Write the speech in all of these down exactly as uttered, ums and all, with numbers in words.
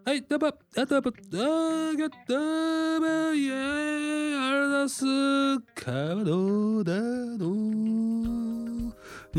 はい、ダバ、あダバ、あがダバ、イエー、アラス、カードだの、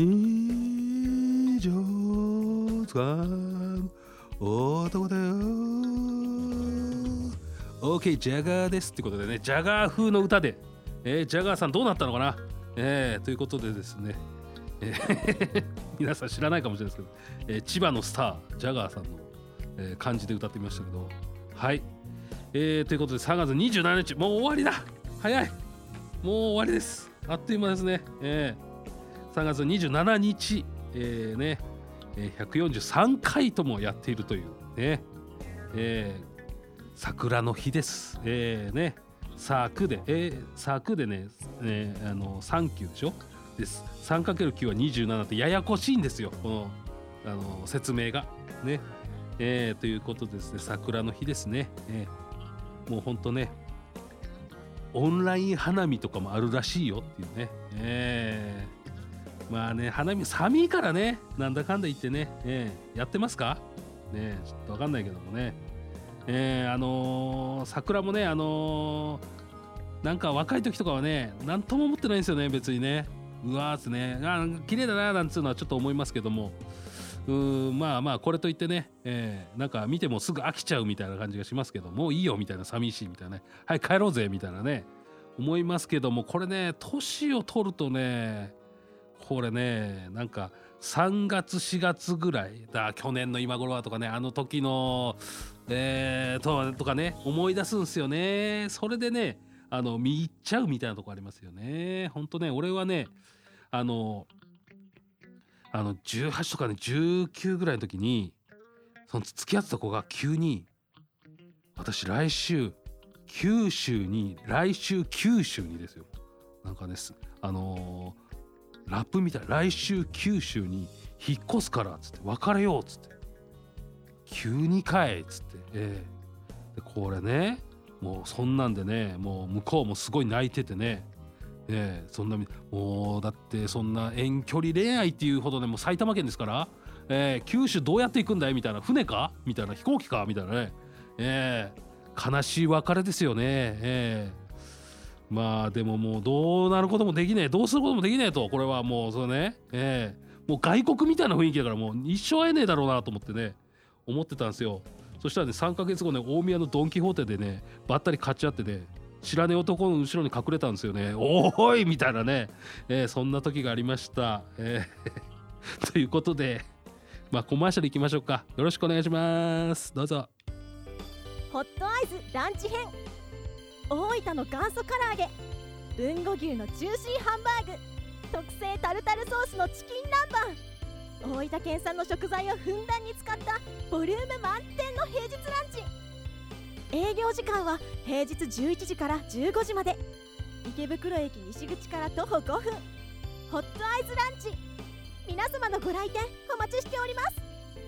二条つかむ男だよ。OK、ジャガーですってことでね、ジャガー風の歌で、えー、ジャガーさんどうなったのかな、えー、ということでですね、えー、皆さん知らないかもしれないですけど、えー、千葉のスター、ジャガーさんのえー、感じで歌ってみましたけど、はい、えー、ということでさんがつにじゅうしちにち、もう終わりだ、早い、もう終わりです、あっという間ですね、えー、さんがつにじゅうしちにち、えー、ね、ひゃくよんじゅうさんかいともやっているというね、えー、桜の日です、えー、ね、サクで、えー、サクでね、えー、あのさんきゅうでしょです。 さんかけるきゅう はにじゅうななってややこしいんですよ、このあの説明がね。えー、ということですね、桜の日ですね、えー、もうほんとね、オンライン花見とかもあるらしいよっていうね、えー、まあね、花見寒いからね、なんだかんだ言ってね、えー、やってますかね、ちょっとわかんないけどもね、えー、あのー、桜もね、あのー、なんか若い時とかはね、なんとも思ってないんですよね、別にね。うわーっすね、あ綺麗だななんつうのはちょっと思いますけども、うーん、まあまあこれといってね、えー、なんか見てもすぐ飽きちゃうみたいな感じがしますけど、もういいよみたいな、寂しいみたいなね、はい帰ろうぜみたいなね思いますけども、これね、年を取るとね、これね、なんかさんがつしがつぐらいだ、去年の今頃はとかね、あの時のえーととかね思い出すんすよね。それでね、あの見入っちゃうみたいなとこありますよね。ほんとね、俺はね、あのあのじゅうはちとかねじゅうきゅうぐらいの時に、その付き合ってた子が急に、私来週九州に来週九州にですよ、なんかですあのー、ラップみたい、来週九州に引っ越すからっつって、別れようっつって、急にかいっつって、えー、でこれね、もうそんなんでね、もう向こうもすごい泣いててね、えー、そんなもうだってそんな遠距離恋愛っていうほどね、もう埼玉県ですから、えー、九州どうやって行くんだいみたいな、船かみたいな、飛行機かみたいなね、えー、悲しい別れですよね、えー、まあでももうどうなることもできねえ、どうすることもできねえと、これはもうそれね、えー、もう外国みたいな雰囲気だから、もう一生会えねえだろうなと思ってね思ってたんですよ。そしたらね、さんかげつごね、大宮のドン・キホーテでねばったり買っちゃってね、知らねえ男の後ろに隠れたんですよね。おーいみたいなね、えー、そんな時がありました、えー、ということで、まあコマーシャルいきましょうか。よろしくお願いします。どうぞ。 ホットアイズランチ編、大分の元祖唐揚げ、豊後牛のジューシーハンバーグ、特製タルタルソースのチキン南蛮、大分県産の食材をふんだんに使ったボリューム満点の平日ランチ。営業時間は平日じゅういちじからじゅうごじまで、池袋駅西口から徒歩ごふん、ホットアイズランチ、皆様のご来店お待ちしております。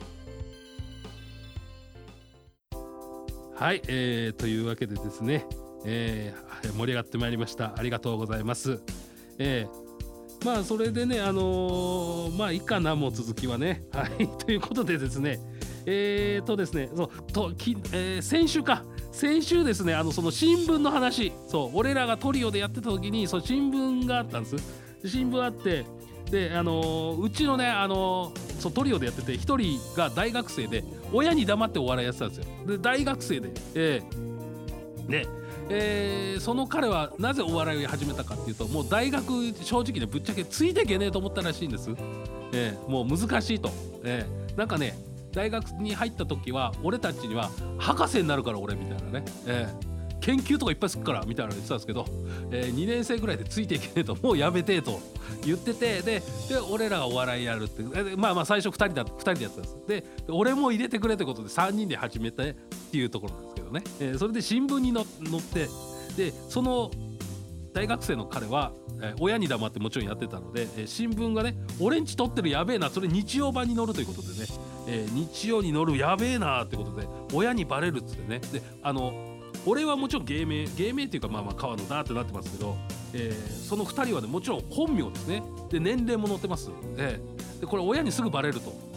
はい、えー、というわけでですね、えー、盛り上がってまいりました。ありがとうございます。えー、まあそれでね、あのー、まあいいかな、もう続きはね、はいということでですね、えーとですね、そうとき、えー、先週か先週ですね、あのその新聞の話、そう俺らがトリオでやってた時に、そう新聞があったんです。新聞あって、であのー、うちのね、あのー、そうトリオでやってて、一人が大学生で、親に黙ってお笑いやってたんですよ。で大学生で、えー、ねえー、その彼はなぜお笑いを始めたかっていうと、もう大学正直ねぶっちゃけついていけねえと思ったらしいんです、えー、もう難しいと、えー、なんかね大学に入った時は俺たちには博士になるから俺みたいなね、えー、研究とかいっぱいするからみたいなの言ってたんですけど、えー、にねん生ぐらいでついていけねえと、もうやめてえと言ってて、でで俺らがお笑いやるって、まあまあ最初ふたりだふたりでやってたんです。で俺も入れてくれってことでさんにんで始めたっていうところなんですけどね、えー、それで新聞に載って、でその大学生の彼は、えー、親に黙ってもちろんやってたので、えー、新聞がね俺んち撮ってるやべえな、それ日曜版に載るということでね、えー、日曜に載るやべえなってことで親にバレるっつってね、であの俺はもちろん芸名芸名っていうか、まあまあ川野だってなってますけど、えー、そのふたりはねもちろん本名ですね。で年齢も載ってます。えー、でこれ親にすぐバレると、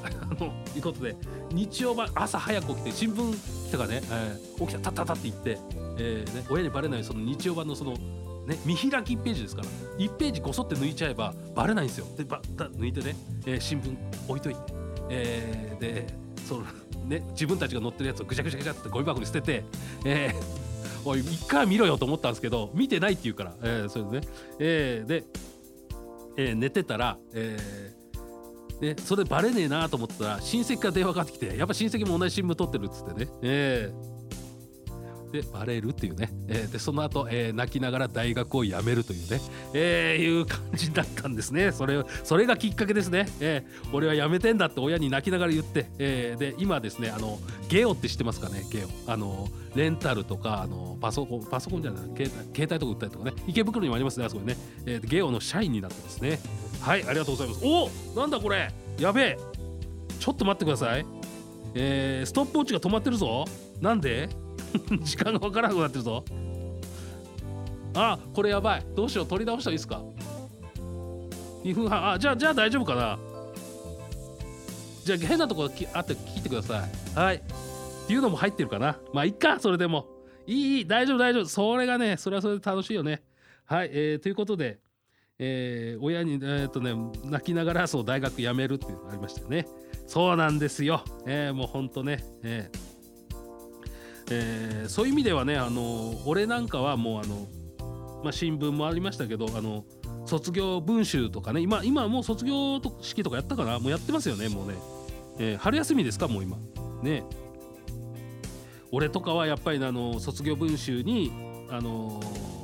あのいうことで日曜版朝早く起きて新聞来たからね、えー、起きたたったたって言って、えーね、親にバレないその日曜版のそのね、見開きいちページですからいちページごそって抜いちゃえばバレないんですよ。でバ抜いてね、えー、新聞置いといて、えー、でその、ね、自分たちが載ってるやつをぐちゃぐちゃぐちゃってゴミ箱に捨てて、えー、おい一回見ろよと思ったんですけど見てないって言うから、えー、それでね、えー、で、えー、寝てたら、えーね、それバレねえなと思ったら親戚から電話かかってきてやっぱ親戚も同じ新聞撮ってるっつってね、えーでバレるっていうね、えー、でその後、えー、泣きながら大学を辞めるというね、えー、いう感じだったんですね。それそれがきっかけですね、えー、俺は辞めてんだって親に泣きながら言って、えー、で今ですねあのゲオって知ってますかね。ゲオあのレンタルとかあのパソコンパソコンじゃない携帯携帯とか売ったりとかね池袋にもありますねあそこにね、えー、ゲオの社員になってますね。はいありがとうございます。おなんだこれやべえちょっと待ってください、えー、ストップウォッチが止まってるぞ。なんで時間がわからなくなってるぞ。あこれやばいどうしよう取り直したらいいですか。にふんはんあじゃあじゃあ大丈夫かな。じゃあ変なとこあって聞いてください。はいっていうのも入ってるかな。まあいっかそれでもいいいい大丈夫大丈夫それがねそれはそれで楽しいよね。はい、えー、ということで、えー、親にえー、っとね泣きながらそう大学辞めるっていうのがありましたよね。そうなんですよ、えー、もうほんとね、えーえー、そういう意味ではねあの俺なんかはもうあの、まあ、新聞もありましたけどあの卒業文集とかね今今はもう卒業式とかやったかなもうやってますよねもうね、えー、春休みですかもう今ね。俺とかはやっぱり、ね、あの卒業文集にあの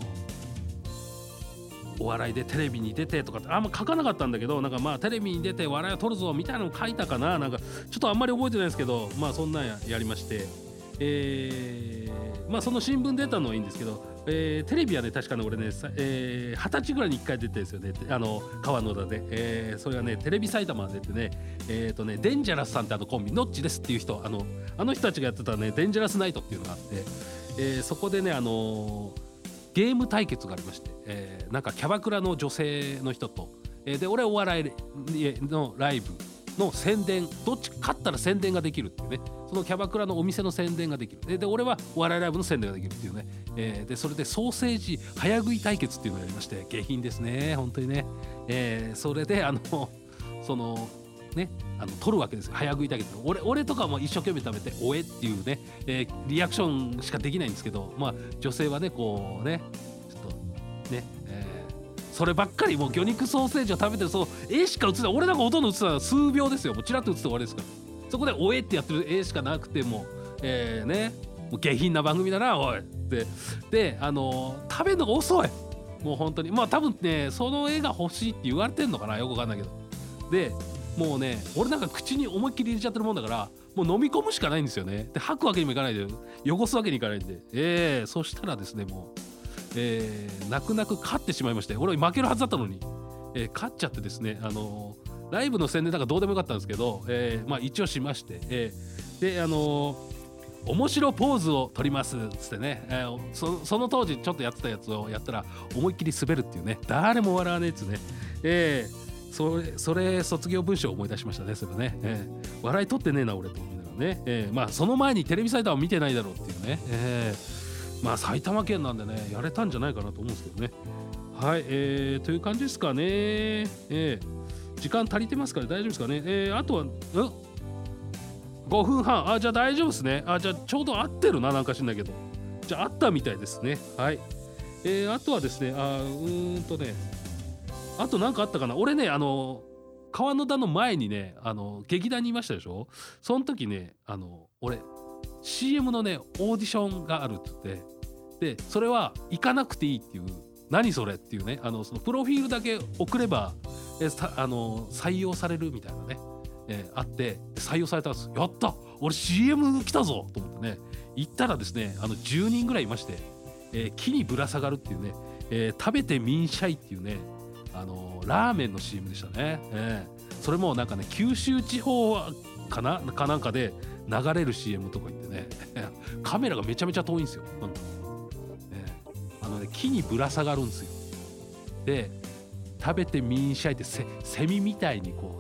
ー、お笑いでテレビに出てとかってあんま書かなかったんだけどなんかまあテレビに出て笑いを取るぞみたいなのを書いたかななんかちょっとあんまり覚えてないですけどまあそんなん や, やりましてえー、まあその新聞出たのはいいんですけど、えー、テレビはね確かね俺ね二十、えー、歳ぐらいにいっかい出てるんですよねあの川野田で、えー、それがねテレビ埼玉で出てねえっ、ー、とねデンジャラスさんってあのコンビノッチですっていう人あのあの人たちがやってたねデンジャラスナイトっていうのがあって、えー、そこでねあのー、ゲーム対決がありまして、えー、なんかキャバクラの女性の人と、えー、で俺お笑いのライブの宣伝どっち勝ったら宣伝ができるっていうねそのキャバクラのお店の宣伝ができる で, で俺はお笑いライブの宣伝ができるっていうね、えー、でそれでソーセージ早食い対決っていうのをやりまして下品ですね本当にね、えー、それであのそのねあの取るわけですよ早食い対決 俺, 俺とかも一生懸命食べておえっていうね、えー、リアクションしかできないんですけどまあ女性はねこうねちょっとね、えーそればっかりもう魚肉ソーセージを食べてるそう絵しか映ってない俺なんかほとんど映ってたの数秒ですよもうチラッと映って終わりですからそこでおえってやってる絵しかなくてもえーねもう下品な番組だなおいでであのー、食べるのが遅いもう本当にまあ多分ねその絵が欲しいって言われてんのかなよくわかんないけどでもうね俺なんか口に思いっきり入れちゃってるもんだからもう飲み込むしかないんですよねで吐くわけにもいかないで汚すわけにいかないんでえーそしたらですねもうえー、泣く泣く勝ってしまいまして俺は負けるはずだったのに、えー、勝っちゃってですね、あのー、ライブの宣伝なんかどうでもよかったんですけど、えーまあ、一応しまして、えー、であのー、面白ポーズを取りますっつってね、えー、そ, その当時ちょっとやってたやつをやったら思いっきり滑るっていうね誰も笑わねえっつね、えー、それそれ卒業文章を思い出しましたねそれね、えー、笑い取ってねえな俺と思いながらね、えー、まあその前にテレビサイトは見てないだろうっていうね、えーまあ埼玉県なんでねやれたんじゃないかなと思うんですけどねはい、えー、という感じですかね、えー、時間足りてますから大丈夫ですかね、えー、あとはんごふんはんあじゃあ大丈夫ですねあじゃあちょうど合ってるななんか知んないけどじゃあ合ったみたいですねはい、えー、あとはですねあうーんとねあとなんかあったかな俺ねあの川野田の前にねあの劇団にいましたでしょその時ねあの俺シーエム のねオーディションがあるって言ってでそれは行かなくていいっていう何それっていうねあのそのプロフィールだけ送ればえあの採用されるみたいなね、えー、あって採用されたんですやった俺 シーエム 来たぞと思ってね行ったらですねあのじゅうにんぐらいいまして、えー、木にぶら下がるっていうね、えー、食べてみんしゃいっていうねあのラーメンの シーエム でしたね、えー、それもなんかね九州地方かなかなんかで流れる シーエム とか言ってねカメラがめちゃめちゃ遠いんですよなんか、ね、あのね木にぶら下がるんですよで食べてみんしゃいってセミみたいにこうねなんかね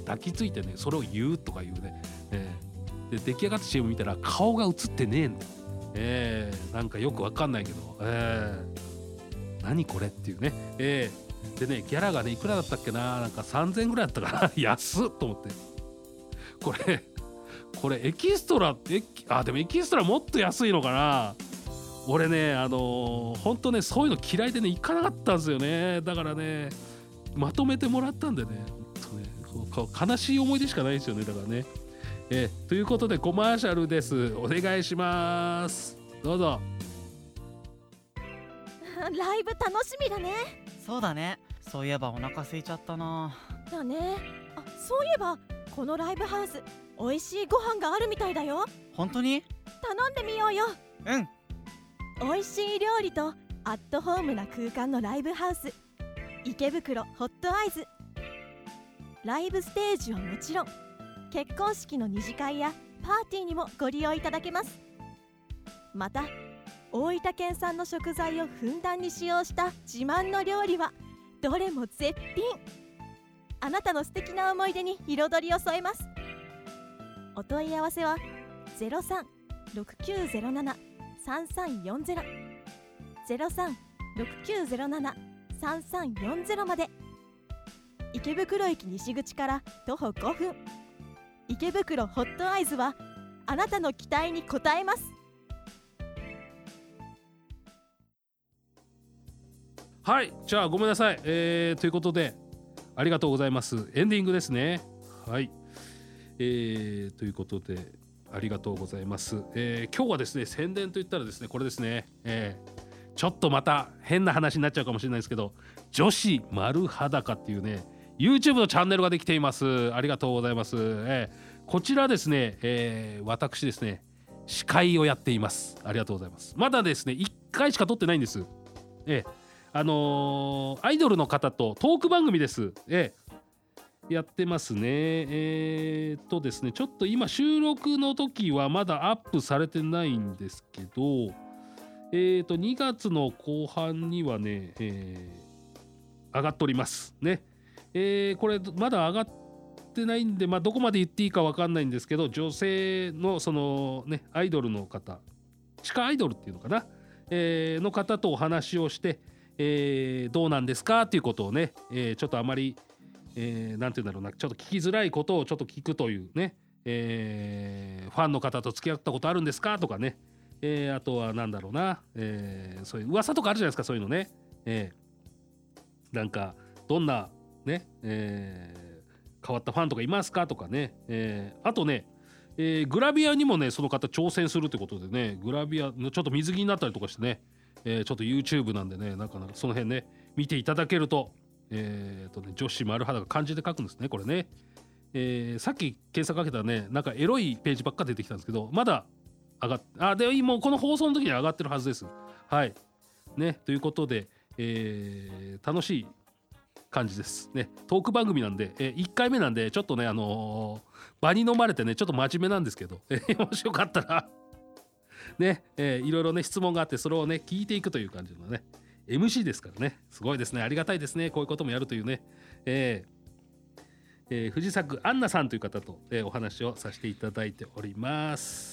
抱きついてねそれを言うとかいうね、えー、で出来上がった シーエム 見たら顔が映ってねえんだよ、えー、なんかよくわかんないけど、えー、何これっていうね、えー、でねギャラがねいくらだったっけな、なんかさんぜんえんぐらいだったかな安っと思って、これこれエキストラえあでもエキストラもっと安いのかな。俺ねあのー、ほんとねそういうの嫌いでね行かなかったんですよね。だからねまとめてもらったんでね、ほんとね悲しい思い出しかないですよね。だからね、えー、ということでコマーシャルです。お願いします。どうぞ。 ライブ楽しみだね。 そうだね。そういえばお腹空いちゃったな。 だね。あ、そういえばこのライブハウス美味しいご飯があるみたいだよ。 本当に？ 頼んでみようよ。 うん。 美味しい料理とアットホームな空間のライブハウス、池袋ホットアイズ。ライブステージはもちろん結婚式の二次会やパーティーにもご利用いただけます。また大分県産の食材をふんだんに使用した自慢の料理はどれも絶品。あなたの素敵な思い出に彩りを添えます。お問い合わせは ゼロさん ろくきゅうゼロなな さんさんよんゼロ ゼロさん ろくきゅうゼロなな さんさんよんゼロまで。池袋駅西口から徒歩ごふん、池袋ホットアイズはあなたの期待に応えます。 はい、じゃあごめんなさい、えー、ということでありがとうございます。エンディングですね。はい、えー、ということでありがとうございます。えー、今日はですね宣伝といったらですねこれですね、えー、ちょっとまた変な話になっちゃうかもしれないですけど、女子丸裸っていうね YouTube のチャンネルができています。ありがとうございます。えー、こちらですね、えー、私ですね司会をやっています。ありがとうございます。まだですねいっかいしか撮ってないんです。えーあのー、アイドルの方とトーク番組です。えー、やってますね。えー、っとですねちょっと今収録の時はまだアップされてないんですけど、えー、っとにがつの後半にはね、えー、上がっておりますね。えー、これまだ上がってないんで、まあ、どこまで言っていいか分かんないんですけど、女性のそのねアイドルの方、地下アイドルっていうのかな、えー、の方とお話をしてえー、どうなんですかっていうことをね、えー、ちょっとあまり、えー、なんていうんだろうな、ちょっと聞きづらいことをちょっと聞くというね、えー、ファンの方と付き合ったことあるんですかとかね、えー、あとはなんだろうな、えー、そういう噂とかあるじゃないですか、そういうのね、えー、なんかどんなね、えー、変わったファンとかいますかとかね、えー、あとね、えー、グラビアにもねその方挑戦するってことでね、グラビアのちょっと水着になったりとかしてね、えー、ちょっと YouTube なんでね、なんかその辺ね見ていただけると、えーとね、女子丸裸漢字で書くんですねこれね、えー、さっき検索かけたらねなんかエロいページばっか出てきたんですけど、まだ上がっあでもうこの放送の時には上がってるはずです。はいね、ということで、えー、楽しい感じですね。トーク番組なんで、えー、いっかいめなんでちょっとねあのー、場に飲まれてねちょっと真面目なんですけど、えー、もしよかったらね、えー、いろいろね質問があってそれをね聞いていくという感じのね エムシー ですからね、すごいですね、ありがたいですね、こういうこともやるというね、えーえー、藤作アンナさんという方と、えー、お話をさせていただいております、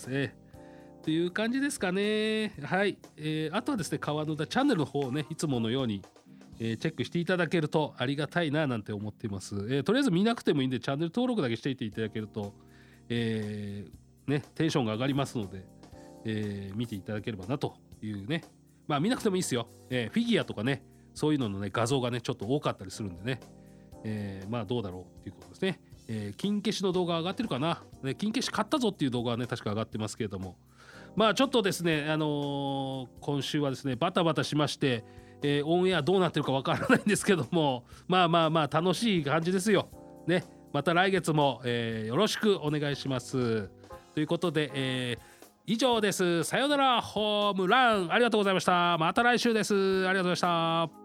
えー、という感じですかね。はい、えー、あとはですね川野田チャンネルの方をねいつものように、えー、チェックしていただけるとありがたいななんて思っています。えー、とりあえず見なくてもいいんでチャンネル登録だけしていていただけると、えーね、テンションが上がりますので、えー、見ていただければなというね。まあ見なくてもいいですよ、えー、フィギュアとかねそういうののね画像がねちょっと多かったりするんでね、えー、まあどうだろうっていうことですね。えー、金消しの動画上がってるかな、ね、金消し買ったぞっていう動画はね確か上がってますけれども、まあちょっとですねあのー、今週はですねバタバタしまして、えー、オンエアどうなってるかわからないんですけども、まあまあまあ楽しい感じですよね。また来月も、えー、よろしくお願いしますということで、えー以上です。さよならホームラン、ありがとうございました。また来週です。ありがとうございました。